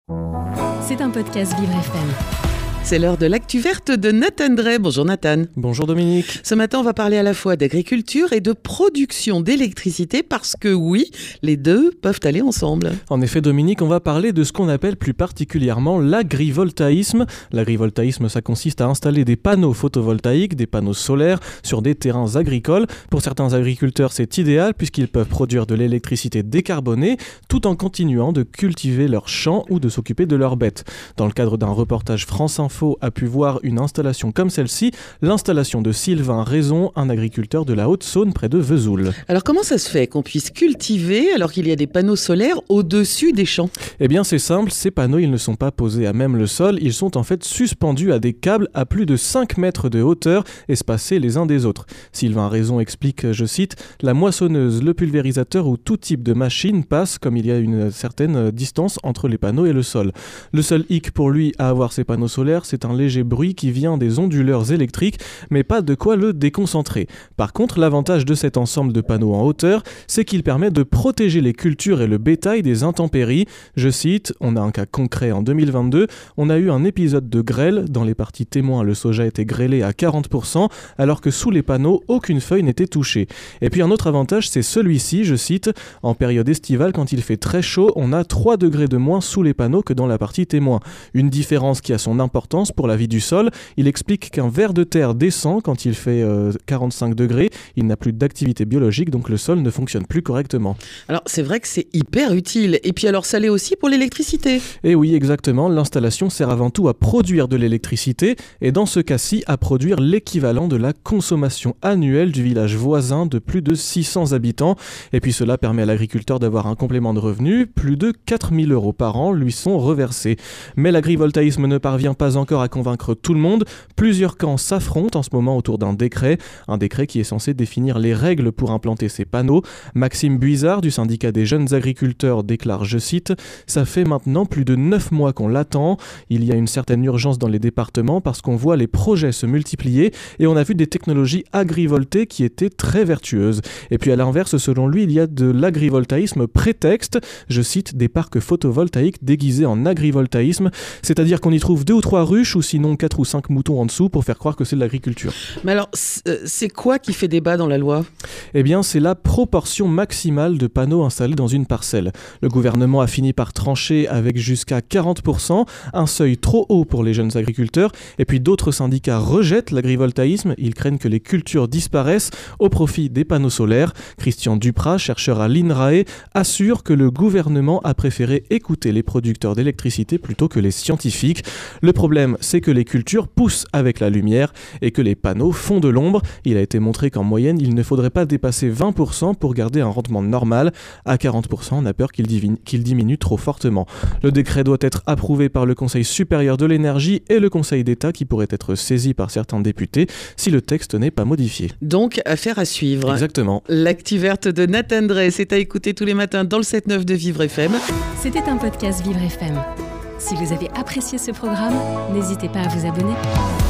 C'est un podcast Vivre FM. C'est l'heure de l'actu verte de Nathan Drey. Bonjour Nathan. Bonjour Dominique. Ce matin, on va parler à la fois d'agriculture et de production d'électricité parce que oui, les deux peuvent aller ensemble. En effet Dominique, on va parler de ce qu'on appelle plus particulièrement l'agrivoltaïsme. L'agrivoltaïsme, ça consiste à installer des panneaux photovoltaïques, des panneaux solaires sur des terrains agricoles. Pour certains agriculteurs, c'est idéal puisqu'ils peuvent produire de l'électricité décarbonée tout en continuant de cultiver leurs champs ou de s'occuper de leurs bêtes. Dans le cadre d'un reportage France Info a pu voir une installation comme celle-ci, l'installation de Sylvain Raison, un agriculteur de la Haute-Saône près de Vesoul. Alors comment ça se fait qu'on puisse cultiver alors qu'il y a des panneaux solaires au-dessus des champs ? Eh bien c'est simple, ces panneaux ils ne sont pas posés à même le sol, ils sont en fait suspendus à des câbles à plus de 5 mètres de hauteur, espacés les uns des autres. Sylvain Raison explique, je cite, « La moissonneuse, le pulvérisateur ou tout type de machine passe comme il y a une certaine distance entre les panneaux et le sol. Le seul hic pour lui à avoir ces panneaux solaires, c'est un léger bruit qui vient des onduleurs électriques, mais pas de quoi le déconcentrer. Par contre, l'avantage de cet ensemble de panneaux en hauteur, c'est qu'il permet de protéger les cultures et le bétail des intempéries. Je cite, on a un cas concret en 2022, on a eu un épisode de grêle, dans les parties témoins le soja était grêlé à 40%, alors que sous les panneaux, aucune feuille n'était touchée. Et puis un autre avantage, c'est celui-ci, je cite, en période estivale, quand il fait très chaud, on a 3 degrés de moins sous les panneaux que dans la partie témoin. Une différence qui a son importance pour la vie du sol. Il explique qu'un ver de terre descend quand il fait 45 degrés. Il n'a plus d'activité biologique, donc le sol ne fonctionne plus correctement. Alors c'est vrai que c'est hyper utile. Et puis alors ça l'est aussi pour l'électricité. Et oui, exactement. L'installation sert avant tout à produire de l'électricité et dans ce cas-ci à produire l'équivalent de la consommation annuelle du village voisin de plus de 600 habitants. Et puis cela permet à l'agriculteur d'avoir un complément de revenus. Plus de 4 000 € par an lui sont reversés. Mais l'agrivoltaïsme ne parvient pas encore à convaincre tout le monde. Plusieurs camps s'affrontent en ce moment autour d'un décret qui est censé définir les règles pour implanter ces panneaux. Maxime Buizard du syndicat des jeunes agriculteurs déclare, je cite, « Ça fait maintenant plus de 9 mois qu'on l'attend. Il y a une certaine urgence dans les départements parce qu'on voit les projets se multiplier et on a vu des technologies agrivoltées qui étaient très vertueuses. Et puis à l'inverse, selon lui, il y a de l'agrivoltaïsme prétexte, je cite, des parcs photovoltaïques déguisés en agrivoltaïsme, c'est-à-dire qu'on y trouve 2 ou 3 ruches ou sinon 4 ou 5 moutons en dessous pour faire croire que c'est de l'agriculture. » Mais alors, c'est quoi qui fait débat dans la loi ? Eh bien, c'est la proportion maximale de panneaux installés dans une parcelle. Le gouvernement a fini par trancher avec jusqu'à 40%, un seuil trop haut pour les jeunes agriculteurs, et puis d'autres syndicats rejettent l'agrivoltaïsme, ils craignent que les cultures disparaissent au profit des panneaux solaires. Christian Duprat, chercheur à l'INRAE, assure que le gouvernement a préféré écouter les producteurs d'électricité plutôt que les scientifiques. Le problème, c'est que les cultures poussent avec la lumière et que les panneaux font de l'ombre. Il a été montré qu'en moyenne, il ne faudrait pas dépasser 20% pour garder un rendement normal. À 40%, on a peur qu'il diminue trop fortement. Le décret doit être approuvé par le Conseil supérieur de l'énergie et le Conseil d'État qui pourrait être saisi par certains députés si le texte n'est pas modifié. Donc, affaire à suivre. Exactement. L'actu verte de Nathan Drey, c'est à écouter tous les matins dans le 7-9 de Vivre FM. C'était un podcast Vivre FM. Si vous avez apprécié ce programme, n'hésitez pas à vous abonner.